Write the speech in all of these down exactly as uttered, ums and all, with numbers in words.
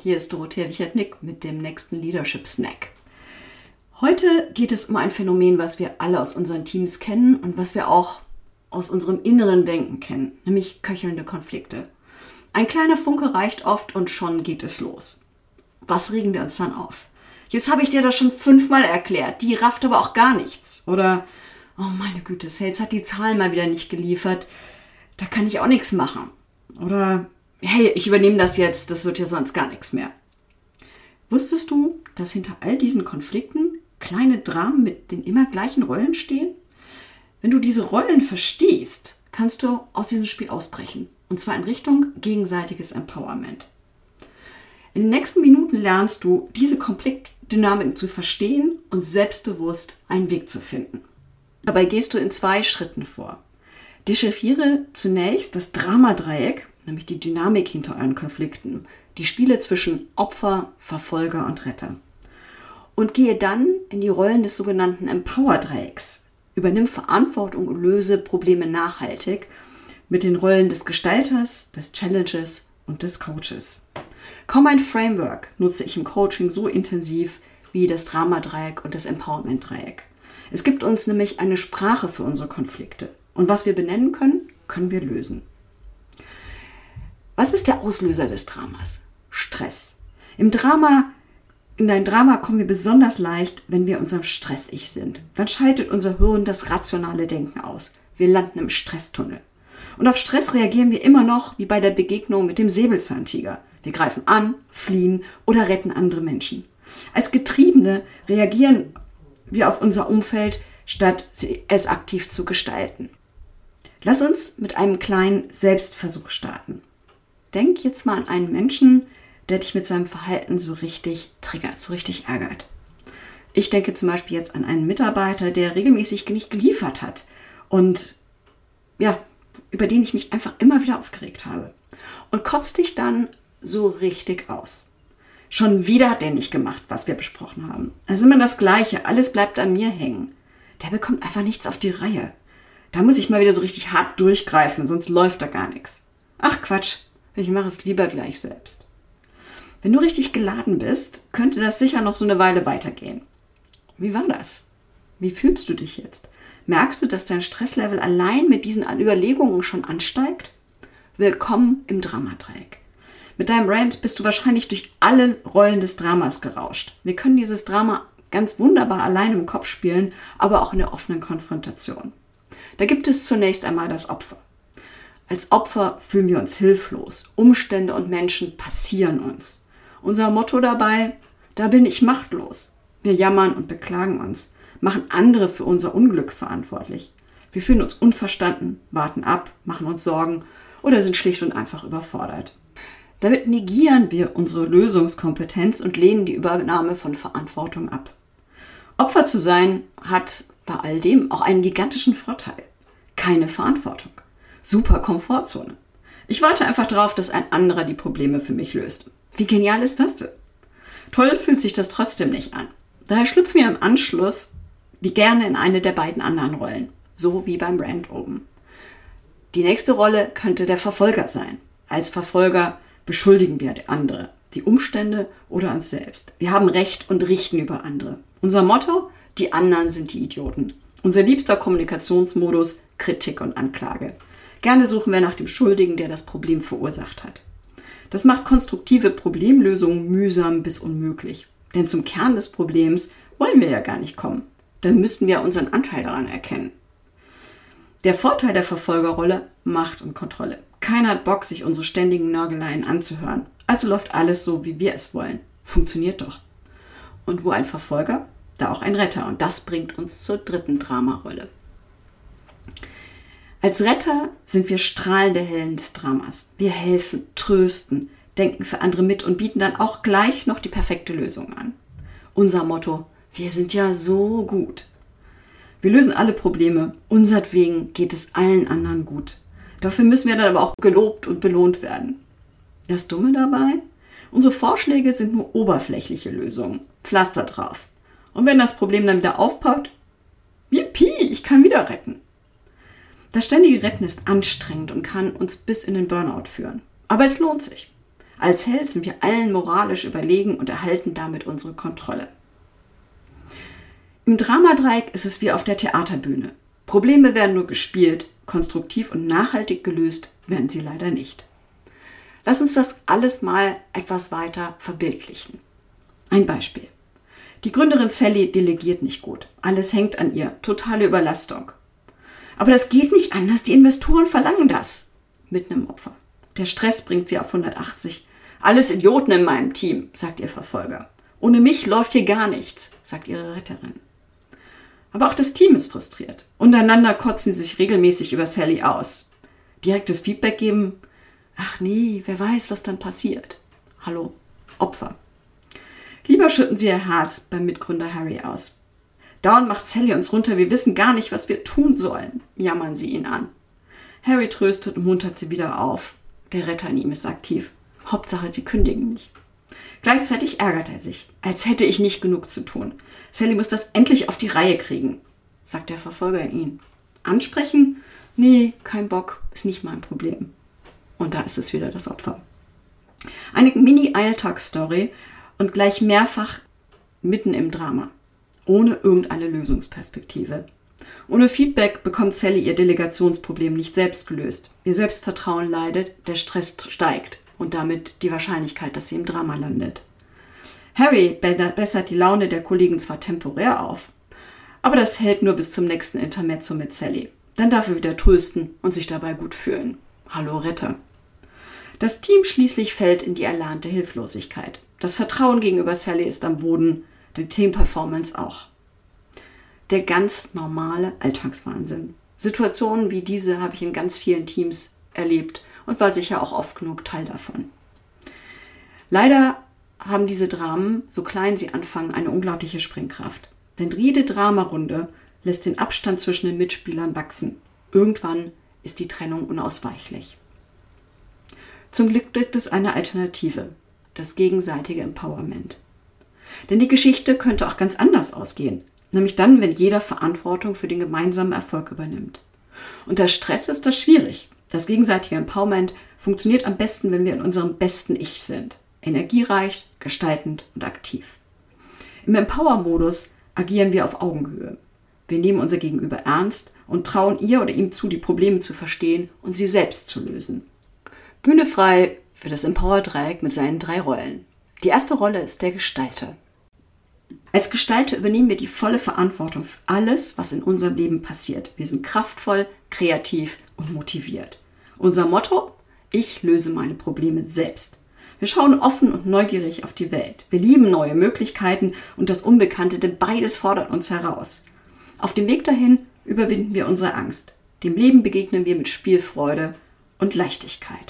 hier ist Dorothea Wichert-Nick mit dem nächsten Leadership Snack. Heute geht es um ein Phänomen, was wir alle aus unseren Teams kennen und was wir auch aus unserem inneren Denken kennen, nämlich köchelnde Konflikte. Ein kleiner Funke reicht oft und schon geht es los. Was regen wir uns dann auf? Jetzt habe ich dir das schon fünfmal erklärt, die rafft aber auch gar nichts. Oder, oh meine Güte, Sales hat die Zahlen mal wieder nicht geliefert, da kann ich auch nichts machen. Oder, hey, ich übernehme das jetzt, das wird ja sonst gar nichts mehr. Wusstest du, dass hinter all diesen Konflikten kleine Dramen mit den immer gleichen Rollen stehen? Wenn du diese Rollen verstehst, kannst du aus diesem Spiel ausbrechen. Und zwar in Richtung gegenseitiges Empowerment. In den nächsten Minuten lernst du, diese Konfliktdynamiken zu verstehen und selbstbewusst einen Weg zu finden. Dabei gehst du in zwei Schritten vor. Dechiffriere zunächst das Dramadreieck, nämlich die Dynamik hinter euren Konflikten, die Spiele zwischen Opfer, Verfolger und Retter. Und gehe dann in die Rollen des sogenannten Empower-Dreiecks. Übernimm Verantwortung und löse Probleme nachhaltig mit den Rollen des Gestalters, des Challengers und des Coaches. Kaum ein Framework nutze ich im Coaching so intensiv wie das Dramadreieck und das Empowerment-Dreieck. Es gibt uns nämlich eine Sprache für unsere Konflikte. Und was wir benennen können, können wir lösen. Was ist der Auslöser des Dramas? Stress. Im Drama In ein Drama kommen wir besonders leicht, wenn wir unserem Stress-Ich sind. Dann schaltet unser Hirn das rationale Denken aus. Wir landen im Stresstunnel. Und auf Stress reagieren wir immer noch wie bei der Begegnung mit dem Säbelzahntiger. Wir greifen an, fliehen oder retten andere Menschen. Als Getriebene reagieren wir auf unser Umfeld, statt es aktiv zu gestalten. Lass uns mit einem kleinen Selbstversuch starten. Denk jetzt mal an einen Menschen, der dich mit seinem Verhalten so richtig triggert, so richtig ärgert. Ich denke zum Beispiel jetzt an einen Mitarbeiter, der regelmäßig nicht geliefert hat und ja, über den ich mich einfach immer wieder aufgeregt habe. Und kotzt dich dann so richtig aus. Schon wieder hat der nicht gemacht, was wir besprochen haben. Also immer das Gleiche, alles bleibt an mir hängen. Der bekommt einfach nichts auf die Reihe. Da muss ich mal wieder so richtig hart durchgreifen, sonst läuft da gar nichts. Ach Quatsch, ich mache es lieber gleich selbst. Wenn du richtig geladen bist, könnte das sicher noch so eine Weile weitergehen. Wie war das? Wie fühlst du dich jetzt? Merkst du, dass dein Stresslevel allein mit diesen Überlegungen schon ansteigt? Willkommen im Dramadreieck. Mit deinem Rant bist du wahrscheinlich durch alle Rollen des Dramas gerauscht. Wir können dieses Drama ganz wunderbar allein im Kopf spielen, aber auch in der offenen Konfrontation. Da gibt es zunächst einmal das Opfer. Als Opfer fühlen wir uns hilflos. Umstände und Menschen passieren uns. Unser Motto dabei, da bin ich machtlos. Wir jammern und beklagen uns, machen andere für unser Unglück verantwortlich. Wir fühlen uns unverstanden, warten ab, machen uns Sorgen oder sind schlicht und einfach überfordert. Damit negieren wir unsere Lösungskompetenz und lehnen die Übernahme von Verantwortung ab. Opfer zu sein hat bei all dem auch einen gigantischen Vorteil. Keine Verantwortung. Super Komfortzone. Ich warte einfach darauf, dass ein anderer die Probleme für mich löst. Wie genial ist das denn? Toll fühlt sich das trotzdem nicht an. Daher schlüpfen wir im Anschluss die gerne in eine der beiden anderen Rollen. So wie beim Rant oben. Die nächste Rolle könnte der Verfolger sein. Als Verfolger beschuldigen wir andere, die Umstände oder uns selbst. Wir haben Recht und richten über andere. Unser Motto? Die anderen sind die Idioten. Unser liebster Kommunikationsmodus? Kritik und Anklage. Gerne suchen wir nach dem Schuldigen, der das Problem verursacht hat. Das macht konstruktive Problemlösungen mühsam bis unmöglich. Denn zum Kern des Problems wollen wir ja gar nicht kommen. Dann müssten wir unseren Anteil daran erkennen. Der Vorteil der Verfolgerrolle: Macht und Kontrolle. Keiner hat Bock, sich unsere ständigen Nörgeleien anzuhören. Also läuft alles so, wie wir es wollen. Funktioniert doch. Und wo ein Verfolger, da auch ein Retter. Und das bringt uns zur dritten Dramarolle. Als Retter sind wir strahlende Helden des Dramas. Wir helfen, trösten, denken für andere mit und bieten dann auch gleich noch die perfekte Lösung an. Unser Motto: Wir sind ja so gut. Wir lösen alle Probleme. Unsertwegen geht es allen anderen gut. Dafür müssen wir dann aber auch gelobt und belohnt werden. Das Dumme dabei? Unsere Vorschläge sind nur oberflächliche Lösungen. Pflaster drauf. Und wenn das Problem dann wieder aufpoppt, yippie, ich kann wieder retten. Das ständige Retten ist anstrengend und kann uns bis in den Burnout führen. Aber es lohnt sich. Als Held sind wir allen moralisch überlegen und erhalten damit unsere Kontrolle. Im Dramadreieck ist es wie auf der Theaterbühne. Probleme werden nur gespielt, konstruktiv und nachhaltig gelöst werden sie leider nicht. Lass uns das alles mal etwas weiter verbildlichen. Ein Beispiel. Die Gründerin Sally delegiert nicht gut. Alles hängt an ihr. Totale Überlastung. Aber das geht nicht anders. Die Investoren verlangen das. Mitten im Opfer. Der Stress bringt sie auf hundertachtzig. Alles Idioten in meinem Team, sagt ihr Verfolger. Ohne mich läuft hier gar nichts, sagt ihre Retterin. Aber auch das Team ist frustriert. Untereinander kotzen sie sich regelmäßig über Sally aus. Direktes Feedback geben? Ach nee, wer weiß, was dann passiert. Hallo, Opfer. Lieber schütten sie ihr Herz beim Mitgründer Harry aus. Dauernd macht Sally uns runter, wir wissen gar nicht, was wir tun sollen, jammern sie ihn an. Harry tröstet und muntert sie wieder auf. Der Retter in ihm ist aktiv. Hauptsache, sie kündigen nicht. Gleichzeitig ärgert er sich, als hätte ich nicht genug zu tun. Sally muss das endlich auf die Reihe kriegen, sagt der Verfolger in ihn. Ansprechen? Nee, kein Bock, ist nicht mein Problem. Und da ist es wieder das Opfer. Eine Mini-Alltagsstory und gleich mehrfach mitten im Drama, ohne irgendeine Lösungsperspektive. Ohne Feedback bekommt Sally ihr Delegationsproblem nicht selbst gelöst. Ihr Selbstvertrauen leidet, der Stress steigt und damit die Wahrscheinlichkeit, dass sie im Drama landet. Harry bessert die Laune der Kollegen zwar temporär auf, aber das hält nur bis zum nächsten Intermezzo mit Sally. Dann darf er wieder trösten und sich dabei gut fühlen. Hallo Retter. Das Team schließlich fällt in die erlernte Hilflosigkeit. Das Vertrauen gegenüber Sally ist am Boden, die Teamperformance auch. Der ganz normale Alltagswahnsinn. Situationen wie diese habe ich in ganz vielen Teams erlebt und war sicher auch oft genug Teil davon. Leider haben diese Dramen, so klein sie anfangen, eine unglaubliche Sprengkraft. Denn jede Dramarunde lässt den Abstand zwischen den Mitspielern wachsen. Irgendwann ist die Trennung unausweichlich. Zum Glück gibt es eine Alternative, das gegenseitige Empowerment. Denn die Geschichte könnte auch ganz anders ausgehen, nämlich dann, wenn jeder Verantwortung für den gemeinsamen Erfolg übernimmt. Unter Stress ist das schwierig. Das gegenseitige Empowerment funktioniert am besten, wenn wir in unserem besten Ich sind. Energiereich, gestaltend und aktiv. Im Empower-Modus agieren wir auf Augenhöhe. Wir nehmen unser Gegenüber ernst und trauen ihr oder ihm zu, die Probleme zu verstehen und sie selbst zu lösen. Bühne frei für das Empower-Dreieck mit seinen drei Rollen. Die erste Rolle ist der Gestalter. Als Gestalter übernehmen wir die volle Verantwortung für alles, was in unserem Leben passiert. Wir sind kraftvoll, kreativ und motiviert. Unser Motto? Ich löse meine Probleme selbst. Wir schauen offen und neugierig auf die Welt. Wir lieben neue Möglichkeiten und das Unbekannte, denn beides fordert uns heraus. Auf dem Weg dahin überwinden wir unsere Angst. Dem Leben begegnen wir mit Spielfreude und Leichtigkeit.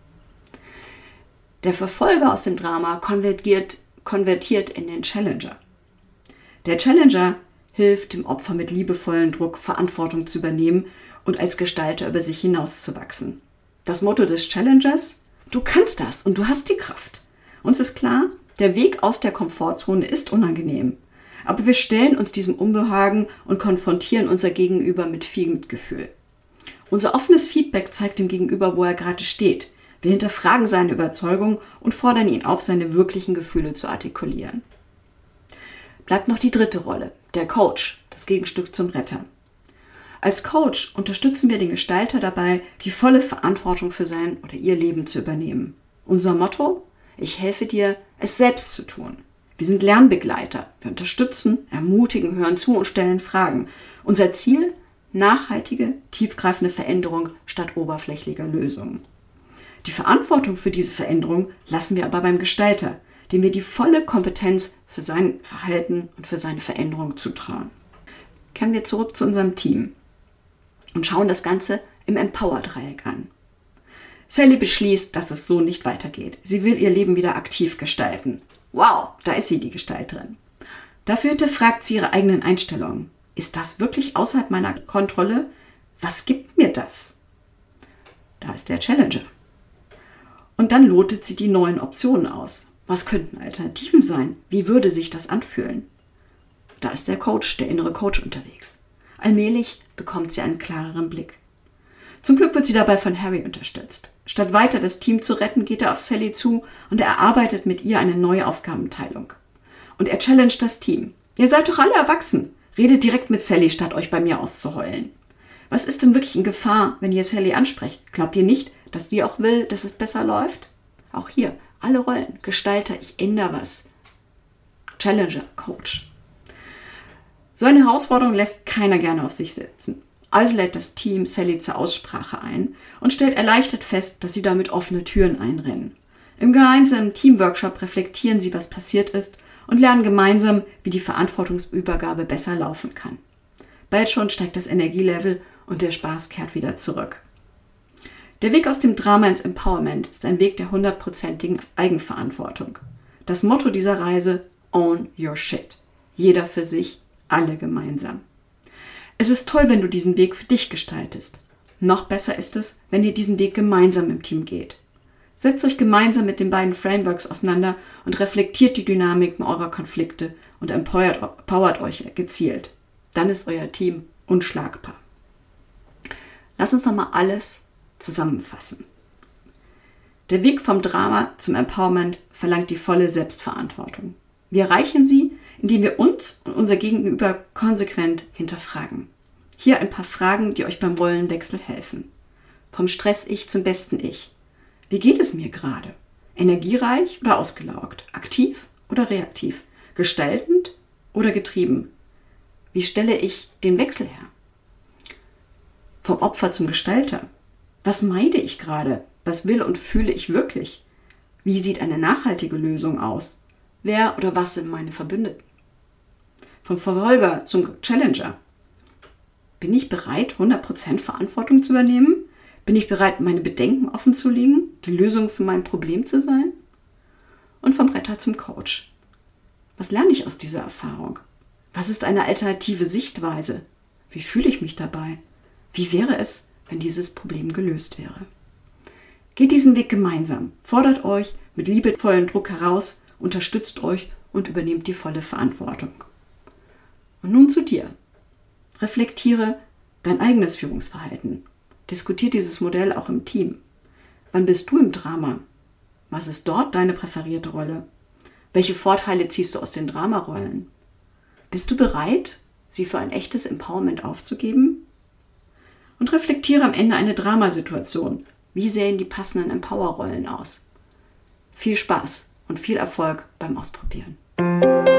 Der Verfolger aus dem Drama konvertiert, konvertiert in den Challenger. Der Challenger hilft dem Opfer mit liebevollem Druck, Verantwortung zu übernehmen und als Gestalter über sich hinauszuwachsen. Das Motto des Challengers: Du kannst das und du hast die Kraft. Uns ist klar, der Weg aus der Komfortzone ist unangenehm. Aber wir stellen uns diesem Unbehagen und konfrontieren unser Gegenüber mit viel Mitgefühl. Unser offenes Feedback zeigt dem Gegenüber, wo er gerade steht. Wir hinterfragen seine Überzeugung und fordern ihn auf, seine wirklichen Gefühle zu artikulieren. Bleibt noch die dritte Rolle, der Coach, das Gegenstück zum Retter. Als Coach unterstützen wir den Gestalter dabei, die volle Verantwortung für sein oder ihr Leben zu übernehmen. Unser Motto? Ich helfe dir, es selbst zu tun. Wir sind Lernbegleiter. Wir unterstützen, ermutigen, hören zu und stellen Fragen. Unser Ziel? Nachhaltige, tiefgreifende Veränderung statt oberflächlicher Lösungen. Die Verantwortung für diese Veränderung lassen wir aber beim Gestalter, dem wir die volle Kompetenz für sein Verhalten und für seine Veränderung zutrauen. Kehren wir zurück zu unserem Team und schauen das Ganze im Empower-Dreieck an. Sally beschließt, dass es so nicht weitergeht. Sie will ihr Leben wieder aktiv gestalten. Wow, da ist sie, die Gestalterin. Dafür hinterfragt sie ihre eigenen Einstellungen. Ist das wirklich außerhalb meiner Kontrolle? Was gibt mir das? Da ist der Challenger. Und dann lotet sie die neuen Optionen aus. Was könnten Alternativen sein? Wie würde sich das anfühlen? Da ist der Coach, der innere Coach unterwegs. Allmählich bekommt sie einen klareren Blick. Zum Glück wird sie dabei von Harry unterstützt. Statt weiter das Team zu retten, geht er auf Sally zu und er erarbeitet mit ihr eine neue Aufgabenteilung. Und er challenged das Team. Ihr seid doch alle erwachsen. Redet direkt mit Sally, statt euch bei mir auszuheulen. Was ist denn wirklich in Gefahr, wenn ihr Sally ansprecht? Glaubt ihr nicht, dass sie auch will, dass es besser läuft? Auch hier, alle Rollen. Gestalter, ich ändere was. Challenger, Coach. So eine Herausforderung lässt keiner gerne auf sich sitzen. Also lädt das Team Sally zur Aussprache ein und stellt erleichtert fest, dass sie damit offene Türen einrennen. Im gemeinsamen Teamworkshop reflektieren sie, was passiert ist und lernen gemeinsam, wie die Verantwortungsübergabe besser laufen kann. Bald schon steigt das Energielevel und der Spaß kehrt wieder zurück. Der Weg aus dem Drama ins Empowerment ist ein Weg der hundertprozentigen Eigenverantwortung. Das Motto dieser Reise: Own your shit. Jeder für sich, alle gemeinsam. Es ist toll, wenn du diesen Weg für dich gestaltest. Noch besser ist es, wenn ihr diesen Weg gemeinsam im Team geht. Setzt euch gemeinsam mit den beiden Frameworks auseinander und reflektiert die Dynamiken eurer Konflikte und empowert, empowert euch gezielt. Dann ist euer Team unschlagbar. Lass uns nochmal alles zusammenfassen. Der Weg vom Drama zum Empowerment verlangt die volle Selbstverantwortung. Wir erreichen sie, indem wir uns und unser Gegenüber konsequent hinterfragen. Hier ein paar Fragen, die euch beim Rollenwechsel helfen. Vom Stress-Ich zum besten Ich. Wie geht es mir gerade? Energiereich oder ausgelaugt? Aktiv oder reaktiv? Gestaltend oder getrieben? Wie stelle ich den Wechsel her? Vom Opfer zum Gestalter. Was meide ich gerade? Was will und fühle ich wirklich? Wie sieht eine nachhaltige Lösung aus? Wer oder was sind meine Verbündeten? Vom Verfolger zum Challenger. Bin ich bereit, hundert Prozent Verantwortung zu übernehmen? Bin ich bereit, meine Bedenken offen zu legen, die Lösung für mein Problem zu sein? Und vom Retter zum Coach. Was lerne ich aus dieser Erfahrung? Was ist eine alternative Sichtweise? Wie fühle ich mich dabei? Wie wäre es, wenn dieses Problem gelöst wäre? Geht diesen Weg gemeinsam, fordert euch mit liebevollem Druck heraus, unterstützt euch und übernehmt die volle Verantwortung. Und nun zu dir. Reflektiere dein eigenes Führungsverhalten. Diskutiere dieses Modell auch im Team. Wann bist du im Drama? Was ist dort deine präferierte Rolle? Welche Vorteile ziehst du aus den Dramarollen? Bist du bereit, sie für ein echtes Empowerment aufzugeben? Und reflektiere am Ende eine Dramasituation. Wie sehen die passenden Empower-Rollen aus? Viel Spaß und viel Erfolg beim Ausprobieren.